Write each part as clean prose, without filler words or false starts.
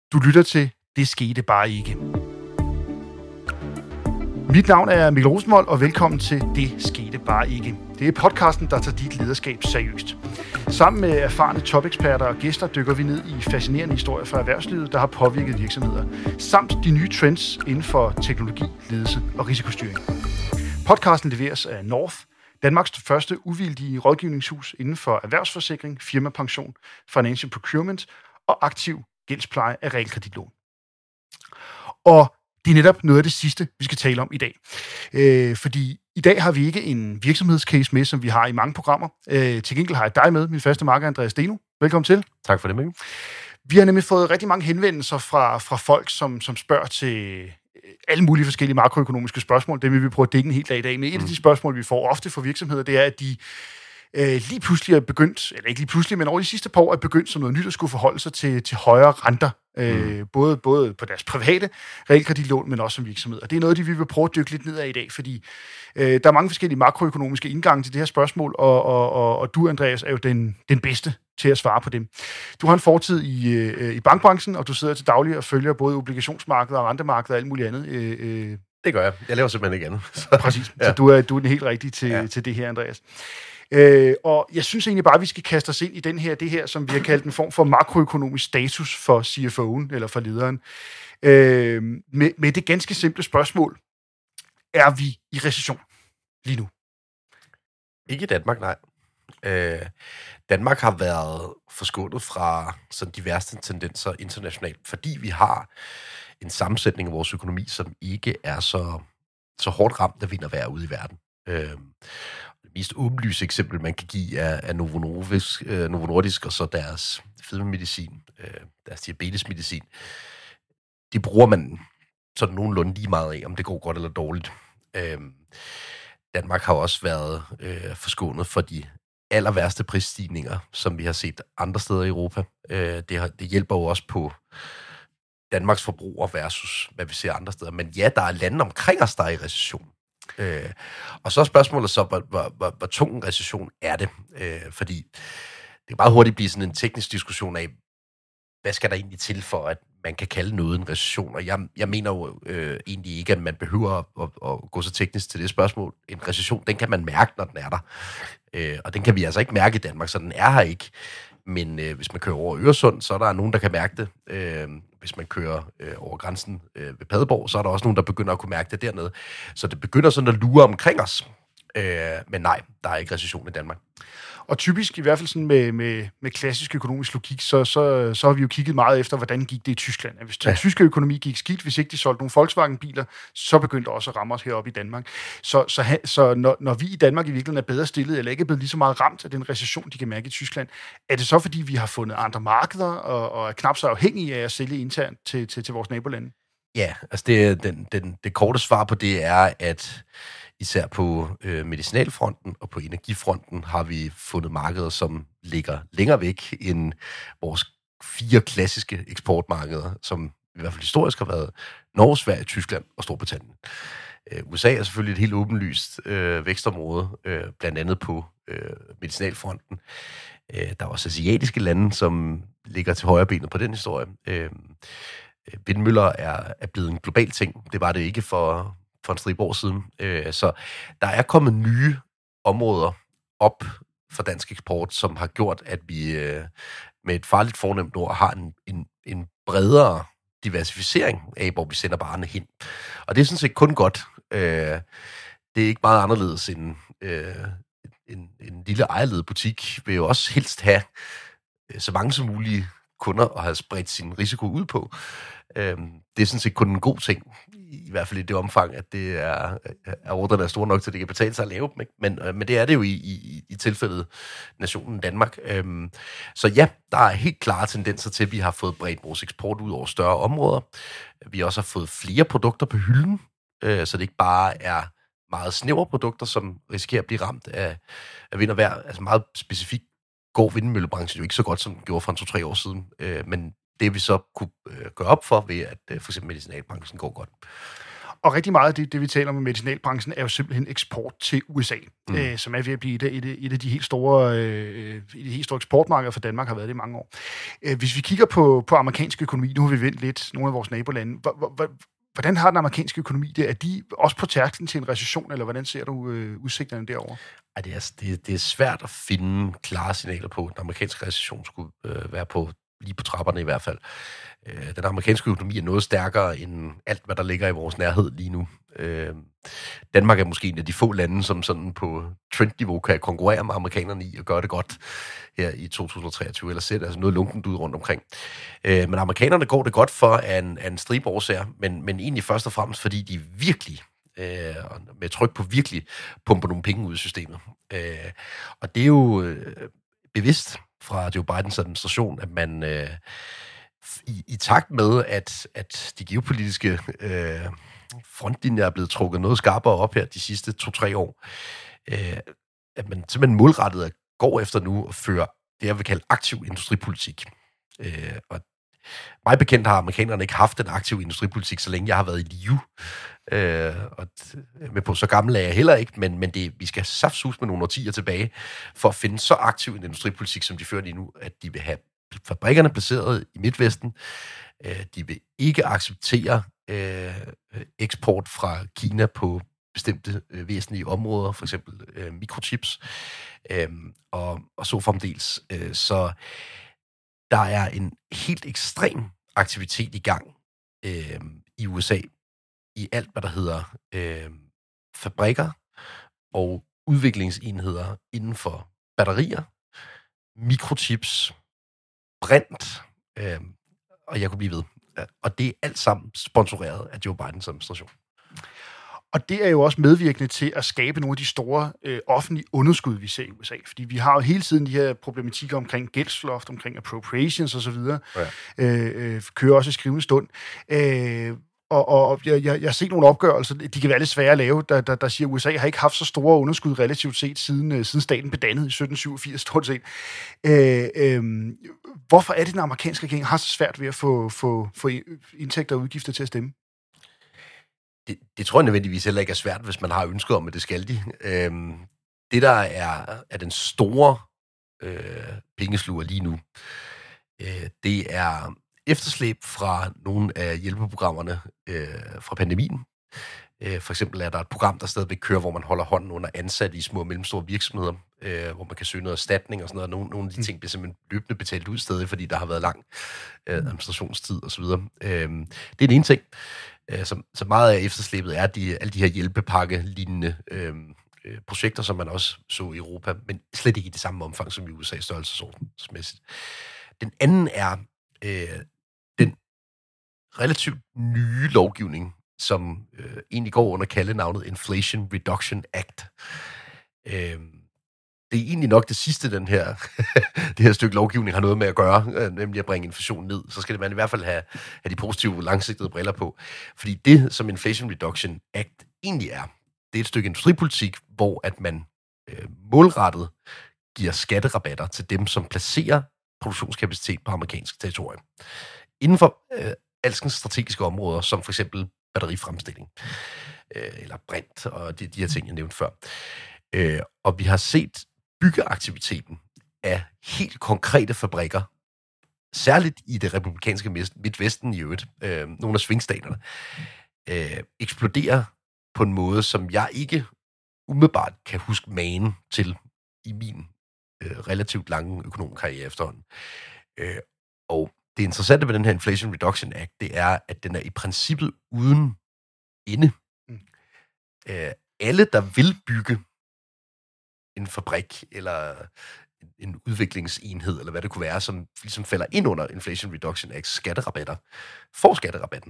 Du lytter til Det skete bare ikke. Mit navn er Mikkel Rosenvold, og velkommen til Det skete bare ikke. Det er podcasten, der tager dit lederskab seriøst. Sammen med erfarne topeksperter og gæster dykker vi ned i fascinerende historier fra erhvervslivet, der har påvirket virksomheder, samt de nye trends inden for teknologi, ledelse og risikostyring. Podcasten leveres af North, Danmarks første uvildige rådgivningshus inden for erhvervsforsikring, firmapension, financial procurement og aktiv gældspleje af realkreditlån. Og det er netop noget af det sidste, vi skal tale om i dag. Fordi i dag har vi ikke en virksomhedscase med, som vi har i mange programmer. Til gengæld har jeg dig med, min faste makker Andreas Steno. Velkommen til. Tak for det, Mikkel. Vi har nemlig fået rigtig mange henvendelser fra folk, som spørger til alle mulige forskellige makroøkonomiske spørgsmål. Det vil vi prøve at dække en hel dag i dag. Men et af de spørgsmål, vi får ofte fra virksomheder, det er, at de lige pludselig er begyndt, eller ikke lige pludselig, men over de sidste par år er begyndt som noget nyt at skulle forholde sig til højere renter. Både på deres private realkreditlån, men også som virksomhed. Og det er noget, vi vil prøve at dykke lidt ned af i dag, fordi der er mange forskellige makroøkonomiske indgange til det her spørgsmål, og du, Andreas, er jo den bedste til at svare på dem. Du har en fortid i bankbranchen, og du sidder til daglig og følger både obligationsmarkedet og rentemarkedet og alt muligt andet. Det gør jeg. Jeg laver simpelthen ikke andet. Præcis. Ja. Så du er den helt rigtige til det her, Andreas. Og jeg synes egentlig bare, at vi skal kaste os ind i det her, som vi har kaldt en form for makroøkonomisk status for CFO'en, eller for lederen. Med det ganske simple spørgsmål, er vi i recession lige nu? Ikke i Danmark, nej. Danmark har været forskånet fra sådan de værste tendenser internationalt, fordi vi har en sammensætning af vores økonomi, som ikke er så hårdt ramt af vind og vejr ude i verden. Det mest åbenlyse eksempel, man kan give, er Novo Nordisk og så deres fedmemedicin, deres diabetesmedicin. Det bruger man sådan nogenlunde lige meget af, om det går godt eller dårligt. Danmark har også været forskånet for de aller værste prisstigninger, som vi har set andre steder i Europa. Det hjælper jo også på Danmarks forbruger versus, hvad vi ser andre steder. Men ja, der er lande omkring os, der er i recession. Og så er spørgsmålet så, hvor tung en recession er det? Fordi det kan meget hurtigt blive sådan en teknisk diskussion af, hvad skal der egentlig til for, at man kan kalde noget en recession? Og jeg mener jo egentlig ikke, at man behøver at gå så teknisk til det spørgsmål. En recession, den kan man mærke, når den er der. Og den kan vi altså ikke mærke i Danmark, så den er her ikke. Men hvis man kører over Øresund, så er der nogen, der kan mærke det. Hvis man kører over grænsen ved Padborg, så er der også nogen, der begynder at kunne mærke det dernede. Så det begynder sådan at lure omkring os. Men nej, der er ikke recession i Danmark. Og typisk, i hvert fald sådan med klassisk økonomisk logik, så har vi jo kigget meget efter, hvordan gik det i Tyskland. Hvis den tyske økonomi gik skidt, hvis ikke de solgte nogle Volkswagen-biler, så begyndte det også at ramme os heroppe i Danmark. Så når vi i Danmark i virkeligheden er bedre stillet, eller ikke er blevet lige så meget ramt af den recession, de kan mærke i Tyskland, er det så, fordi vi har fundet andre markeder, og er knap så afhængige af at sælge internt til vores nabolande? Ja, altså det korte svar på det er, at især på medicinalfronten og på energifronten har vi fundet markeder, som ligger længere væk end vores 4 klassiske eksportmarkeder, som i hvert fald historisk har været Norge, Sverige, Tyskland og Storbritannien. USA er selvfølgelig et helt åbenlyst vækstområde, blandt andet på medicinalfronten. Der er også asiatiske lande, som ligger til højre benet på den historie. Vindmøller er blevet en global ting. Det var det ikke for en stribe år siden. Så der er kommet nye områder op for dansk eksport, som har gjort, at vi med et farligt fornemt ord har en bredere diversificering af, hvor vi sender varerne hen. Og det er sådan set kun godt. Det er ikke meget anderledes end en lille ejerledet butik vil jo også helst have så mange som mulige kunder og have spredt sin risiko ud på. Det er sådan set kun en god ting, i hvert fald i det omfang, at det er ordrene er store nok til, at det kan betale sig at lave dem. Ikke? Men det er det jo i tilfældet nationen Danmark. Så ja, der er helt klare tendenser til, at vi har fået bredt vores eksport ud over større områder. Vi også har fået flere produkter på hylden, så det ikke bare er meget snævre produkter, som risikerer at blive ramt af vind og vejr. Altså meget specifikt går vindmøllebranchen jo ikke så godt, som den gjorde for 2-3 år siden. Men det vi så kunne gøre op for ved, at for eksempel medicinalbranchen går godt. Og rigtig meget af det, vi taler om med medicinalbranchen, er jo simpelthen eksport til USA, som er ved at blive et af de helt store, eksportmarkeder for Danmark, har været det i mange år. Hvis vi kigger på amerikansk økonomi, nu har vi vendt lidt nogle af vores nabolande, hvordan har den amerikanske økonomi det? Er de også på tærsklen til en recession, eller hvordan ser du udsigterne derovre? Det er svært at finde klare signaler på, at den amerikanske recession skulle være lige på trapperne i hvert fald. Den amerikanske økonomi er noget stærkere end alt, hvad der ligger i vores nærhed lige nu. Danmark er måske en af de få lande, som sådan på trendniveau kan konkurrere med amerikanerne i og gøre det godt her i 2023, eller ser det altså noget lunkent ud rundt omkring. Men amerikanerne går det godt for af en stribe årsager, men egentlig først og fremmest, fordi de virkelig med tryk på virkelig pumper nogle penge ud i systemet. Og det er jo bevidst fra Joe Bidens administration, at man i takt med, at de geopolitiske frontlinjer er blevet trukket noget skarpere op her de sidste 2-3 år, at man simpelthen målrettet går efter nu at føre det, jeg vil kalde aktiv industripolitik. Og mig bekendt har amerikanerne ikke haft en aktiv industripolitik, så længe jeg har været i live. Og med på så gammel er jeg heller ikke, men vi skal saftsus med nogle årtier tilbage, for at finde så aktiv en industripolitik, som de fører lige nu, at de vil have fabrikkerne placeret i Midtvesten. De vil ikke acceptere eksport fra Kina på bestemte væsentlige områder, for eksempel mikrochips, og så fremdeles. Så der er en helt ekstrem aktivitet i gang i USA i alt, hvad der hedder fabrikker og udviklingsenheder inden for batterier, mikrochips, brint, og jeg kunne blive ved. Og det er alt sammen sponsoreret af Joe Bidens administration. Og det er jo også medvirkende til at skabe nogle af de store offentlige underskud, vi ser i USA. Fordi vi har jo hele tiden de her problematikker omkring gældsloft, omkring appropriations osv. Kører også i skrivende stund. Og jeg har set nogle opgørelser, de kan være lidt svære at lave, der siger, at USA har ikke haft så store underskud relativt set, siden staten blev dannet i 1787, stort set. Hvorfor er det, den amerikanske regering har så svært ved at få indtægter og udgifter til at stemme? Det tror jeg nødvendigvis heller ikke er svært, hvis man har ønsket om, at det skal de. Det, der er den store pengesluger lige nu, det er efterslæb fra nogle af hjælpeprogrammerne fra pandemien. For eksempel er der et program, der stadigvæk kører, hvor man holder hånden under ansatte i små og mellemstore virksomheder, hvor man kan søge noget erstatning og sådan noget. Nogle af de ting bliver simpelthen løbende betalt ud stadig, fordi der har været lang administrationstid osv. Det er den ene ting. Så meget af efterslæbet er alle de her hjælpepakke-lignende projekter, som man også så i Europa, men slet ikke i det samme omfang som i USA størrelsesordensmæssigt. Den anden er den relativt nye lovgivning, som egentlig går under kaldenavnet Inflation Reduction Act. Det er egentlig nok det sidste, det her stykke lovgivning har noget med at gøre, nemlig at bringe inflationen ned. Så skal man i hvert fald have de positive, langsigtede briller på. Fordi det, som Inflation Reduction Act egentlig er, det er et stykke industripolitik, hvor at man målrettet giver skatterabatter til dem, som placerer produktionskapacitet på amerikansk territorium. Inden for alskens strategiske områder, som for eksempel batterifremstilling, eller brint, og de her ting, jeg nævnte før. Og vi har set byggeaktiviteten af helt konkrete fabrikker, særligt i det republikanske Midtvesten i øvrigt, nogle af svingstaterne, eksploderer på en måde, som jeg ikke umiddelbart kan huske magen til i min relativt lange økonomkarriere efterhånden. Og det interessante ved den her Inflation Reduction Act, det er, at den er i princippet uden ende. Alle, der vil bygge en fabrik eller en udviklingsenhed, eller hvad det kunne være, som ligesom falder ind under Inflation Reduction Act skatterabatter, får skatterabatten.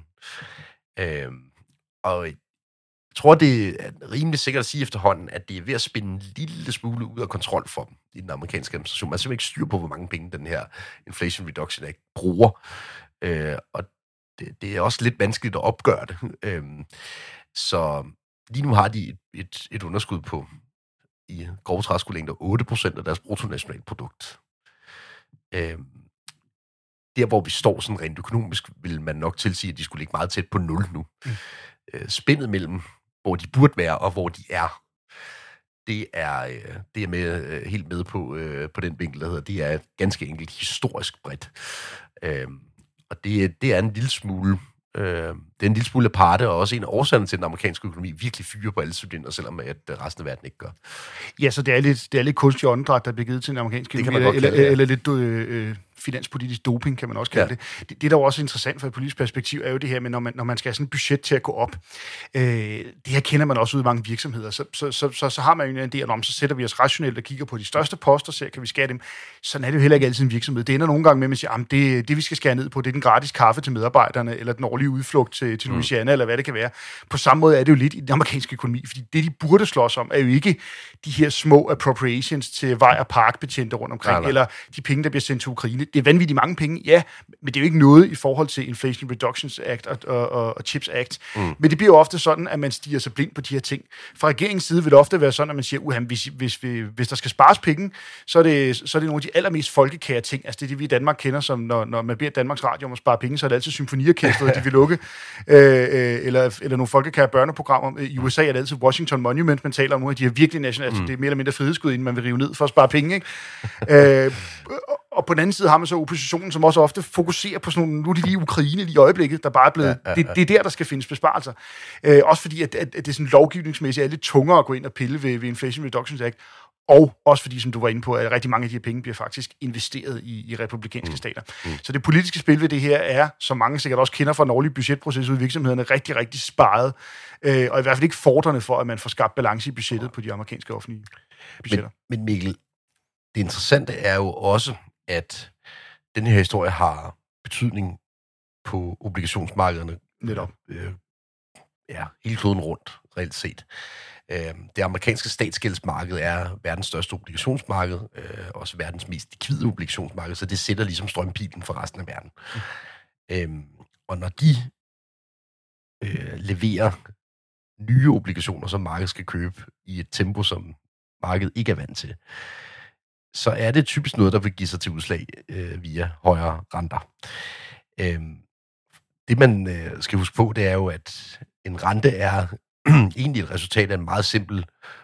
Og jeg tror, det er rimelig sikkert at sige efterhånden, at det er ved at spinde en lille smule ud af kontrol for dem i den amerikanske administration. Man har simpelthen ikke styr på, hvor mange penge den her Inflation Reduction Act bruger. Og det er også lidt vanskeligt at opgøre det. Så lige nu har de et underskud på i grove træskolængder 8% af deres bruttonationalprodukt. Der, hvor vi står sådan rent økonomisk, vil man nok tilsige, at de skulle ligge meget tæt på 0 nu. spændet mellem, hvor de burde være, og hvor de er, det er med, helt med på den vinkel, der hedder, det er ganske enkelt historisk bredt. Og det er en lille smule, det er en lille smule aparte, og også en af årsagerne til, at den amerikanske økonomi virkelig fyrer på alle cylindre, selvom at resten af verden ikke gør. Ja, så det er lidt kunstig åndedræt, der bliver givet til den amerikanske økonomi, eller lidt finanspolitisk doping, kan man også kalde det. Det, der er også interessant fra et politisk perspektiv, er jo det her med, når man skal have sådan et budget til at gå op. Det her kender man også ud i mange virksomheder. Så har man jo en idé om, så sætter vi os rationelt og kigger på de største poster, så kan vi skære dem. Sådan er det jo heller ikke altid en virksomhed. Det ender nogle gange med, at man siger, det vi skal skære ned på, det er den gratis kaffe til medarbejderne, eller den årlige udflugt til Louisiana, eller hvad det kan være. På samme måde er det jo lidt i den amerikanske økonomi, fordi det, de burde slås om, er jo ikke de her små appropriations til vej- og parkbetjente rundt omkring, eller de penge, der bliver sendt til Ukraine. Det er vanvittigt mange penge, ja, men det er jo ikke noget i forhold til Inflation Reduction Act og CHIPS Act. Men det bliver jo ofte sådan, at man stiger sig blind på de her ting. Fra regeringens side vil det ofte være sådan, at man siger, hvis der skal spares penge, så er det nogle af de allermest folkekære ting. Altså det er det, vi i Danmark kender, som når man beder Danmarks Radio om at spare penge, så er det altid symfoniorkestret, de vil lukke, eller nogle folkekære børneprogrammer. I USA er det altid Washington Monument, man taler om nu, at de er virkelig nationalt, altså det er mere eller mindre frihedsskud, inden man vil rive ned for at spare penge, ikke? Og på den anden side har man så oppositionen, som også ofte fokuserer på sådan nogle, nu er det lige Ukraine lige i øjeblikket, der bare er blevet, det er der skal findes besparelser. Også fordi, at det sådan lovgivningsmæssigt er lidt tungere at gå ind og pille ved Inflation Reduction Act, og også fordi, som du var inde på, at rigtig mange af de her penge bliver faktisk investeret i republikanske stater. Så det politiske spil ved det her er, som mange sikkert også kender fra den årlige budgetproces ud i virksomhederne, rigtig, rigtig sparet, og i hvert fald ikke fordrende for, at man får skabt balance i budgettet på de amerikanske offentlige budgetter. Men Mikkel, det interessante er jo også, at den her historie har betydning på obligationsmarkederne. Netop. Hele kloden rundt, reelt set. Det amerikanske statsgældsmarked er verdens største obligationsmarked, også verdens mest likvide obligationsmarked, så det sætter ligesom strømpilen for resten af verden. Og når de leverer nye obligationer, som markedet skal købe i et tempo, som markedet ikke er vant til, så er det typisk noget, der vil give sig til udslag via højere renter. Det, man skal huske på, det er jo, at en rente er egentlig et resultat af en meget simpel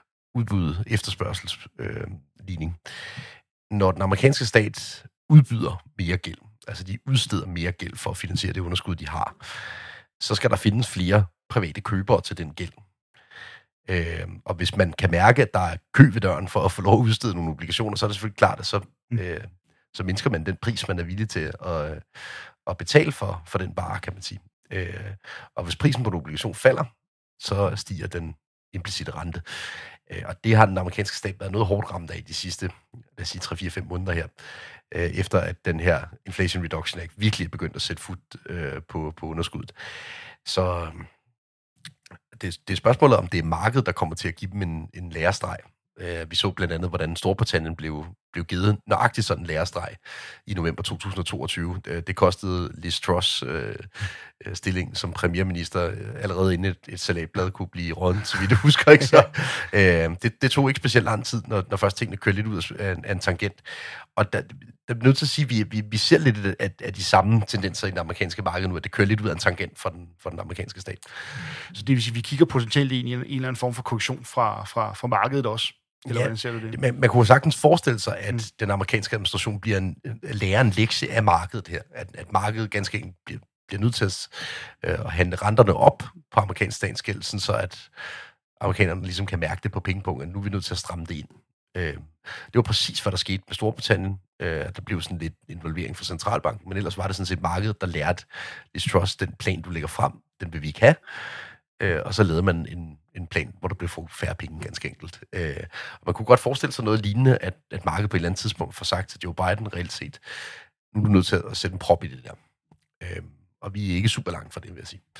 udbud-efterspørgselsligning. Når den amerikanske stat udbyder mere gæld, altså de udsteder mere gæld for at finansiere det underskud, de har, så skal der findes flere private købere til den gæld. Og hvis man kan mærke, at der er kø ved døren for at få lov at udstede nogle obligationer, så er det selvfølgelig klart, at så mindsker man den pris, man er villig til at betale for den vare, kan man sige. Og hvis prisen på en obligation falder, så stiger den implicite rente. Og det har den amerikanske stat været noget hårdt ramt af de sidste, lad os sige, 3-4-5 måneder her, efter at den her Inflation Reduction Act virkelig er begyndt at sætte fod på underskuddet. Så det er spørgsmålet, om det er markedet, der kommer til at give dem en lærestreg. Vi så blandt andet, hvordan Storbritannien blev givet nøjagtigt sådan en lærestreg i november 2022. Det kostede Liz Truss stilling som premierminister allerede inden et salatblad kunne blive rådent, så vidt jeg husker, ikke så. Det tog ikke specielt lang tid, når først tingene kørte lidt ud af en tangent. Og der er nødt til at sige, at vi ser lidt af de samme tendenser i den amerikanske marked nu, at det kører lidt ud af en tangent for den amerikanske stat. Så det vil sige, at vi kigger potentielt ind i en eller anden form for korrektion fra markedet også? Eller hvordan ser du det? Man kunne sagtens forestille sig, at den amerikanske administration bliver lærer en lektie af markedet her. At markedet ganske enkelt bliver nødt til at handle renterne op på amerikansk statsgæld, så at amerikanerne ligesom kan mærke det på pengepunkten. Nu er vi nødt til at stramme det ind. Det var præcis, hvad der skete med Storbritannien. Der blev sådan lidt involvering fra centralbanken, men ellers var det sådan set markedet, der lærte Liz Truss, den plan, du lægger frem, den vil vi ikke have. Og så lavede man en plan, hvor der blev færre penge, ganske enkelt. Og man kunne godt forestille sig noget lignende, at markedet på et eller andet tidspunkt får sagt til Joe Biden reelt set, nu er du nødt til at sætte en prop i det der. Og vi er ikke super langt fra det, vil jeg sige.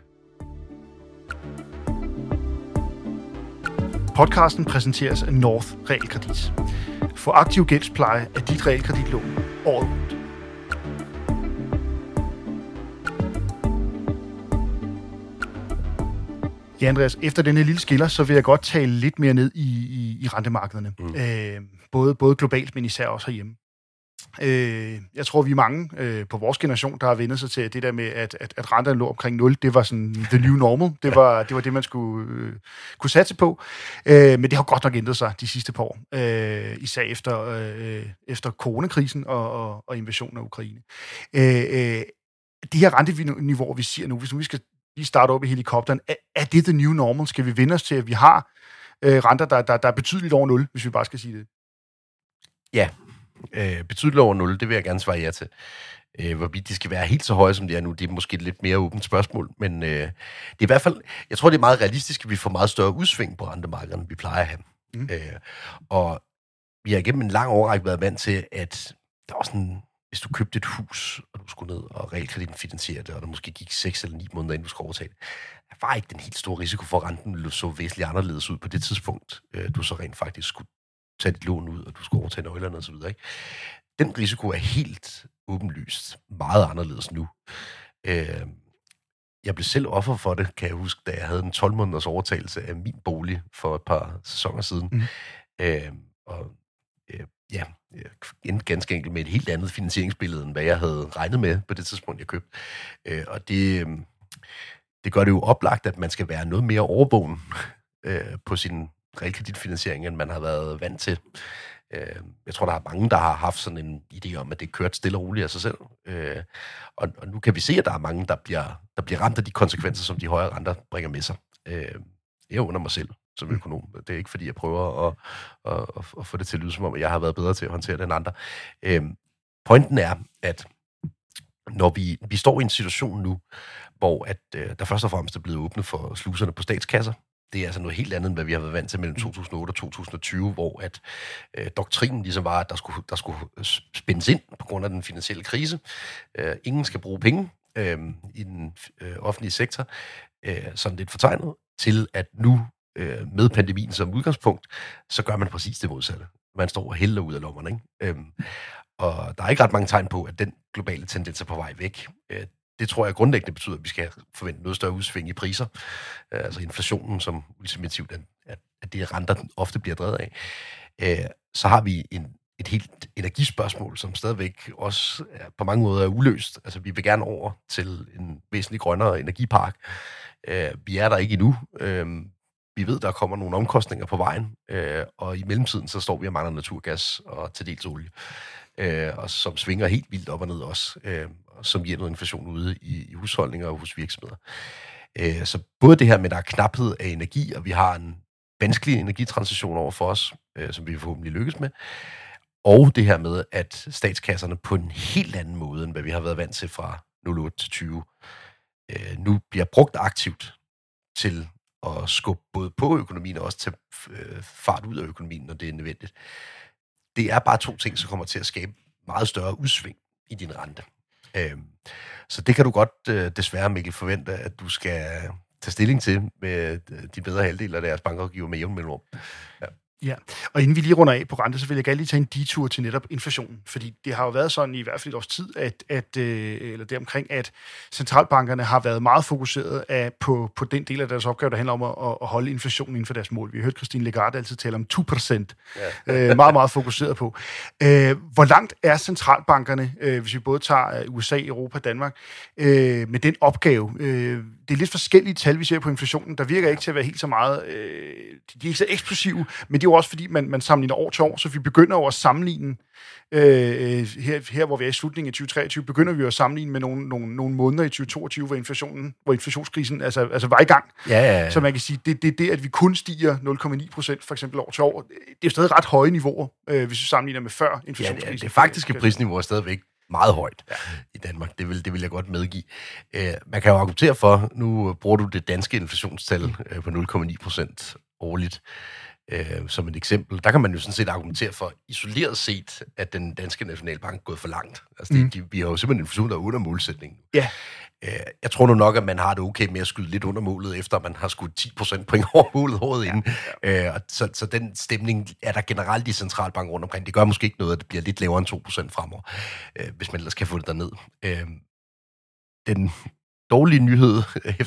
Podcasten præsenteres af North Realkredit. For aktiv gældspleje af dit realkreditlån året rundt. Ja, Andreas, efter denne lille skiller, så vil jeg godt tale lidt mere ned i rentemarkederne. Både globalt, men især også herhjemme. Jeg tror, vi er mange på vores generation, der har vendt sig til det der med, at renterne lå omkring 0. Det var sådan the new normal. Det var det, man skulle kunne satse på. Men det har godt nok ændret sig de sidste par år. Især efter coronakrisen og invasionen af Ukraine. De her renteniveauer, vi siger nu, hvis nu vi skal lige starte op i helikopteren, er det the new normal? Skal vi vende os til, at vi har renter, der er betydeligt over 0, hvis vi bare skal sige det? Ja, betydeligt over 0, det vil jeg gerne svare ja til. Hvorvidt de skal være helt så høje, som de er nu, det er måske et lidt mere åbent spørgsmål, men det er i hvert fald, jeg tror, det er meget realistisk, at vi får meget større udsving på rentemarkederne, end vi plejer at have. Og vi har gennem en lang årrække været vant til, at der var sådan, hvis du købte et hus, og du skulle ned og realkreditten finansiere det, og der måske gik 6 eller 9 måneder, inden du skulle overtage det, der var ikke den helt store risiko for, at renten ville så væsentligt anderledes ud på det tidspunkt, du så rent faktisk skulle tage dit lån ud, og du skulle overtage nøglerne osv. Den risiko er helt åbenlyst meget anderledes nu. Jeg blev selv offer for det, kan jeg huske, da jeg havde en 12 måneders overtagelse af min bolig for et par sæsoner siden. Endte ganske enkelt med et helt andet finansieringsbillede, end hvad jeg havde regnet med på det tidspunkt, jeg købte. Og det gør det jo oplagt, at man skal være noget mere overvågen på sin realkreditfinansiering, end man har været vant til. Jeg tror, der er mange, der har haft sådan en idé om, at det kørt stille og roligt af sig selv. Og nu kan vi se, at der er mange, der bliver ramt af de konsekvenser, som de højere renter bringer med sig. Jeg under mig selv som økonom. Det er ikke, fordi jeg prøver at få det til at lyde, som om jeg har været bedre til at håndtere det end andre. Pointen er, at når vi står i en situation nu, hvor at, der først og fremmest er blevet åbnet for sluserne på statskasser. Det er altså noget helt andet, end hvad vi har været vant til mellem 2008 og 2020, hvor at doktrinen ligesom var, at der skulle spændes ind på grund af den finansielle krise. Ingen skal bruge penge i den offentlige sektor, sådan lidt fortegnet, til at nu med pandemien som udgangspunkt, så gør man præcis det modsatte. Man står og hælder ud af lommerne, ikke? Og der er ikke ret mange tegn på, at den globale tendens er på vej væk. Det tror jeg grundlæggende betyder, at vi skal forvente noget større udsving i priser. Altså inflationen, som ultimativt at det renter ofte bliver drevet af. Så har vi et helt energispørgsmål, som stadigvæk også på mange måder er uløst. Altså vi vil gerne over til en væsentlig grønnere energipark. Vi er der ikke endnu. Vi ved, der kommer nogle omkostninger på vejen, og i mellemtiden så står vi og mangler naturgas og til dels olie, og som svinger helt vildt op og ned også, som giver noget inflation ude i husholdninger og hos virksomheder. Så både det her med, at der er knaphed af energi, og vi har en vanskelig energitransition over for os, som vi forhåbentlig lykkes med, og det her med, at statskasserne på en helt anden måde, end hvad vi har været vant til fra 08 til 20, nu bliver brugt aktivt til at skubbe både på økonomien og også tage fart ud af økonomien, når det er nødvendigt. Det er bare to ting, som kommer til at skabe meget større udsving i din rente. Så det kan du godt desværre, Mikkel, forvente, at du skal tage stilling til med de bedre halvdel af deres bankrådgiver med jævn mellemrum. Ja, og inden vi lige runder af på rente, så vil jeg gerne lige tage en detur til netop inflationen, fordi det har jo været sådan i hvert fald et års tid, eller deromkring, at centralbankerne har været meget fokuseret på den del af deres opgave, der handler om at holde inflationen inden for deres mål. Vi har hørt Christine Lagarde altid tale om 2%, meget, meget fokuseret på. Hvor langt er centralbankerne, hvis vi både tager USA, Europa, Danmark, med den opgave? Det er lidt forskellige tal, vi ser på inflationen. Der virker ikke til at være helt så meget, de er ikke så eksplosive, men det er jo også fordi, man sammenligner år til år, så vi begynder jo at sammenligne, her hvor vi er i slutningen af 2023, begynder vi jo at sammenligne med nogle måneder i 2022, hvor inflationskrisen altså var i gang. Ja. Så man kan sige, det at vi kun stiger 0,9% for eksempel år til år, det er jo stadig ret høje niveauer, hvis vi sammenligner med før inflationskrisen. Ja, det faktiske prisniveau er stadigvæk meget højt i Danmark. Det vil jeg godt medgive. Man kan jo argumentere for, nu bruger du det danske inflationstal på 0,9% årligt som et eksempel. Der kan man jo sådan set argumentere for, isoleret set, at den danske nationalbank er gået for langt. Altså vi har jo simpelthen en inflation, der er under målsætningen. Ja. Jeg tror nu nok, at man har det okay med at skyde lidt under målet, efter man har skudt 10% point over målet året inden. Så den stemning er der generelt i centralbanken rundt omkring. Det gør måske ikke noget, at det bliver lidt lavere end 2% fremover, hvis man ellers kan få det derned. Den dårlige nyhed,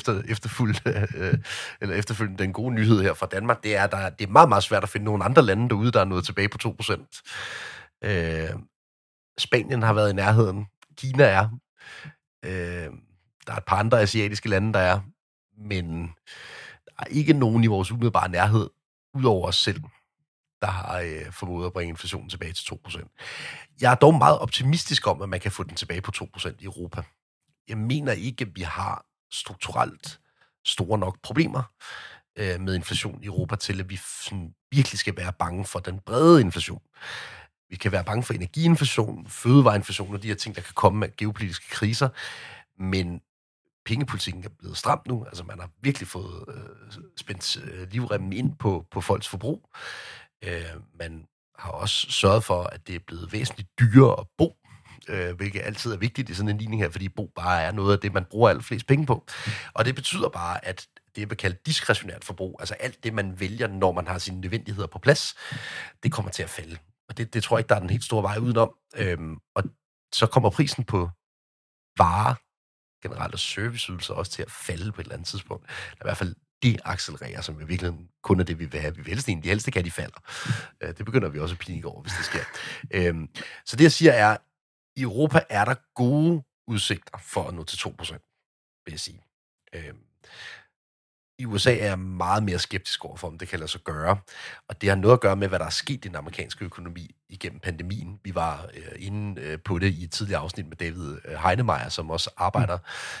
efterfølgende den gode nyhed her fra Danmark, det er, at det er meget, meget svært at finde nogle andre lande derude, der er nået tilbage på 2%. Spanien har været i nærheden. Kina er. Der er et par andre asiatiske lande, der er. Men der er ikke nogen i vores umiddelbare nærhed, udover os selv, der har formået at bringe inflationen tilbage til 2%. Jeg er dog meget optimistisk om, at man kan få den tilbage på 2% i Europa. Jeg mener ikke, at vi har strukturelt store nok problemer med inflation i Europa, til at vi sådan virkelig skal være bange for den brede inflation. Vi kan være bange for energiinflation, fødevareinflation og de her ting, der kan komme af geopolitiske kriser, men pengepolitikken er blevet stramt nu. Altså man har virkelig fået spændt livremmen ind på folks forbrug. Man har også sørget for, at det er blevet væsentligt dyrere at bo, hvilket altid er vigtigt i sådan en ligning her, fordi bo bare er noget af det, man bruger allerflest penge på. Og det betyder bare, at det er kaldt diskretionært forbrug, altså alt det, man vælger, når man har sine nødvendigheder på plads, det kommer til at falde. Og det tror jeg ikke, der er den helt store vej udenom. Og så kommer prisen på varer, generelt og serviceydelser, også til at falde på et eller andet tidspunkt. Der er i hvert fald de accelererer, som i virkeligheden kun er det, vi vil have. Vi vil helst ikke have, de falder. Det begynder vi også at panikke over, hvis det sker. Så det, jeg siger, er, i Europa er der gode udsigter for at nå til 2%, vil jeg sige. I USA er jeg meget mere skeptisk overfor, om det kan lade sig gøre. Og det har noget at gøre med, hvad der er sket i den amerikanske økonomi igennem pandemien. Vi var inde på det i et tidligere afsnit med David Heinemeier, som også arbejder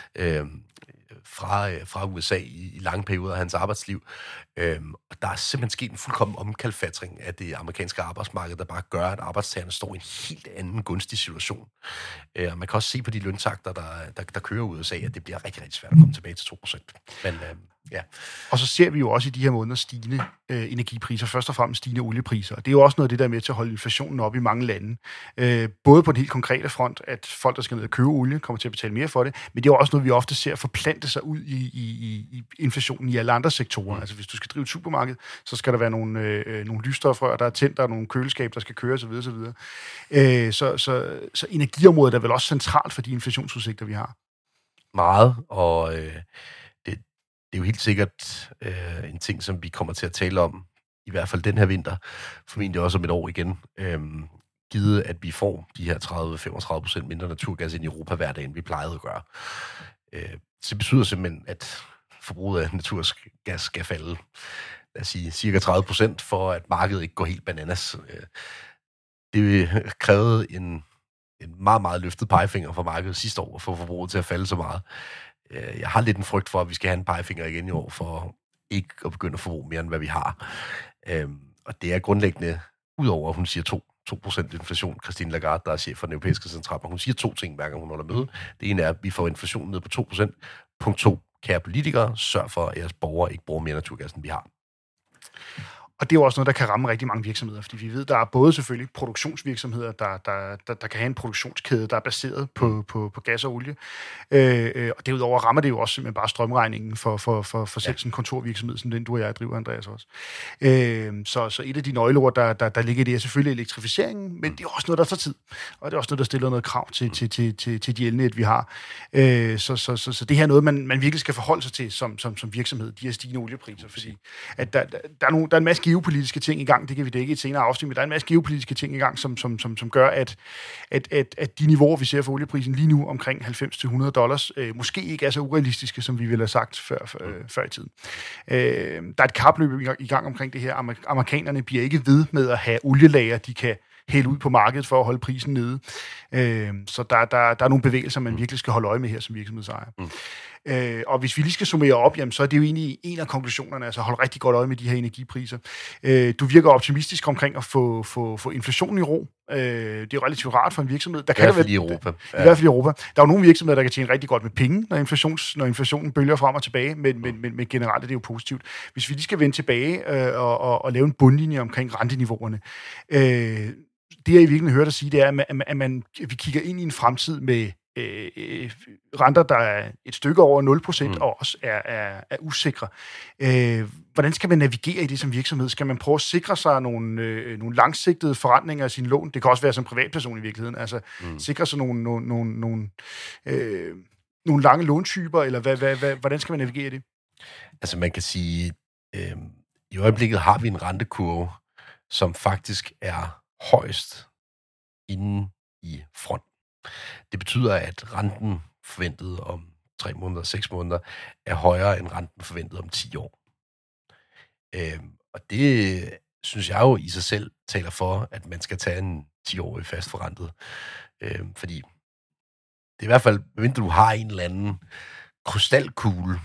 fra USA i lange perioder af hans arbejdsliv. Og der er simpelthen sket en fuldkommen omkalfatring af det amerikanske arbejdsmarked, der bare gør, at arbejdstagerne står i en helt anden gunstig situation. Og man kan også se på de løntakter, der kører ud af USA, at det bliver rigtig, rigtig svært at komme tilbage til 2%. Men ja. Og så ser vi jo også i de her måneder stigende energipriser, først og fremmest stigende oliepriser. Og det er jo også noget af det, der er med til at holde inflationen op i mange lande. Både på den helt konkrete front, at folk, der skal ned og købe olie, kommer til at betale mere for det, men det er jo også noget, vi ofte ser forplante sig ud i inflationen i alle andre sektorer. Altså hvis du skal drive et supermarked, så skal der være nogle lysstofrør, der er tændt, der er nogle køleskab, der skal køre osv. osv. Så energiområdet er vel også centralt for de inflationsudsigter, vi har. Meget, og det er jo helt sikkert en ting, som vi kommer til at tale om, i hvert fald den her vinter, formentlig også om et år igen, givet at vi får de her 30-35% mindre naturgas ind i Europa hver dag, end vi plejede at gøre. Det betyder simpelthen, at forbruget af naturgas skal falde, lad os sige, cirka 30%, for at markedet ikke går helt bananas. Det krævede en meget, meget løftet pegefinger fra markedet sidste år, for forbruget til at falde så meget. Jeg har lidt en frygt for, at vi skal have en pegefinger igen i år, for ikke at begynde at forbruge mere, end hvad vi har. Og det er grundlæggende, udover at hun siger 2% inflation, Christine Lagarde, der er chef for den europæiske centralbank, hun siger 2 ting, hver gang hun holder møde. Det ene er, at vi får inflationen ned på 2%. Punkt 2, kære politikere, sørg for, at jeres borgere ikke bruger mere naturgas, end vi har. Og det er jo også noget, der kan ramme rigtig mange virksomheder, fordi vi ved, der er både selvfølgelig produktionsvirksomheder, der kan have en produktionskæde, der er baseret på gas og olie. Og derudover rammer det jo også simpelthen bare strømregningen for selv sådan en kontorvirksomhed, som den du og jeg driver, Andreas, også. Så et af de nøgleord, der ligger i det, er selvfølgelig elektrificeringen, men det er også noget, der tager tid. Og det er også noget, der stiller noget krav til de elnet, vi har. Så det her er noget, man virkelig skal forholde sig til som virksomhed, de her stigende oliepriser, fordi at der er en masse geopolitiske ting i gang, det kan vi dække i et senere afsnit, men der er en masse geopolitiske ting i gang, som gør, at de niveauer, vi ser for olieprisen lige nu, omkring $90-100, måske ikke er så urealistiske, som vi ville have sagt før i tiden. Der er et kapløb i gang omkring det her. Amerikanerne bliver ikke ved med at have olielager, de kan hælde ud på markedet for at holde prisen nede. Så der er nogle bevægelser, man virkelig skal holde øje med her som virksomhedsejer. Og hvis vi lige skal summere op, jamen, så er det jo egentlig en af konklusionerne, altså hold rigtig godt øje med de her energipriser. Du virker optimistisk omkring at få inflationen i ro. Det er jo relativt rart for en virksomhed. Der kan I hvert fald i Europa. I hvert fald i Europa. Der er jo nogle virksomheder, der kan tjene rigtig godt med penge, når inflationen bølger frem og tilbage, men generelt er det jo positivt. Hvis vi lige skal vende tilbage og lave en bundlinje omkring renteniveauerne, det jeg i virkeligheden hører dig sige, det er, at vi kigger ind i en fremtid med renter, der er et stykke over 0%, og også er usikre. Hvordan skal man navigere i det som virksomhed? Skal man prøve at sikre sig nogle langsigtede forretninger af sin lån? Det kan også være som privatperson i virkeligheden. Altså sikre sig nogle lange låntyper, eller hvordan skal man navigere i det? Altså man kan sige, i øjeblikket har vi en rentekurve, som faktisk er højst inden i front. Det betyder, at renten forventet om 3 måneder, 6 måneder, er højere end renten forventet om 10 år. Og det synes jeg jo i sig selv taler for, at man skal tage en 10-årig fastforrentet. Fordi det er i hvert fald, medmindre du har en eller anden krystalkugle,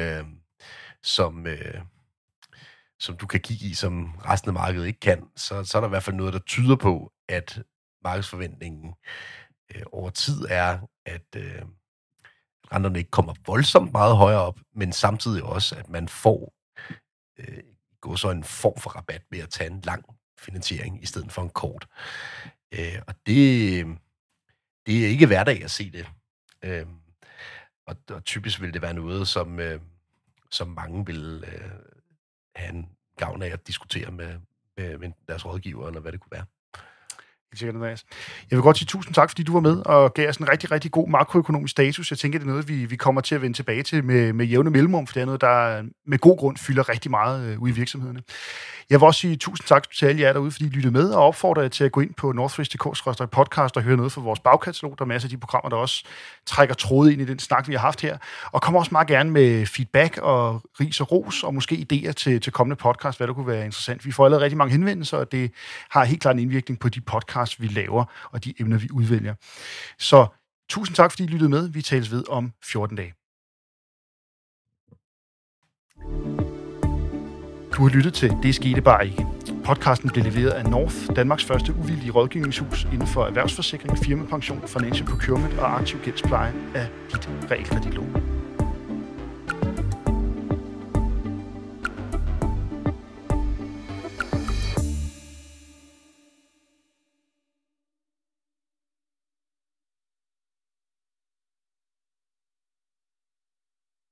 som du kan kigge i, som resten af markedet ikke kan, så er der i hvert fald noget, der tyder på, at markedsforventningen over tid er, at renterne ikke kommer voldsomt meget højere op, men samtidig også, at man får så en form for rabat ved at tage en lang finansiering i stedet for en kort. Og det er ikke hverdag at se det. Og typisk vil det være noget, som mange vil have en gavn af at diskutere med deres rådgiver, eller hvad det kunne være. Sikkert, Andreas. Jeg vil godt sige tusind tak, fordi du var med og gav os en rigtig, rigtig god makroøkonomisk status. Jeg tænker, det er noget, vi kommer til at vende tilbage til med jævne mellemrum, for det er noget, der med god grund fylder rigtig meget ude i virksomhederne. Jeg vil også sige tusind tak til alle jer derude, fordi I lyttede med, og opfordrer jer til at gå ind på northridge.dk/podcast og høre noget fra vores bagkatalog. Der er masser af de programmer, der også trækker tråde ind i den snak, vi har haft her. Og kom også meget gerne med feedback og ris og ros, og måske idéer til kommende podcast, hvad der kunne være interessant. Vi får allerede rigtig mange henvendelser, og det har helt klart en indvirkning på de podcasts, vi laver, og de emner, vi udvælger. Så tusind tak, fordi I lyttede med. Vi tales ved om 14 dage. Du har lyttet til Det skete bare ikke. Podcasten blev leveret af North, Danmarks første uvildige rådgivningshus inden for erhvervsforsikring, firmapension, financial procurement og aktiv gældspleje af dit realkreditlån.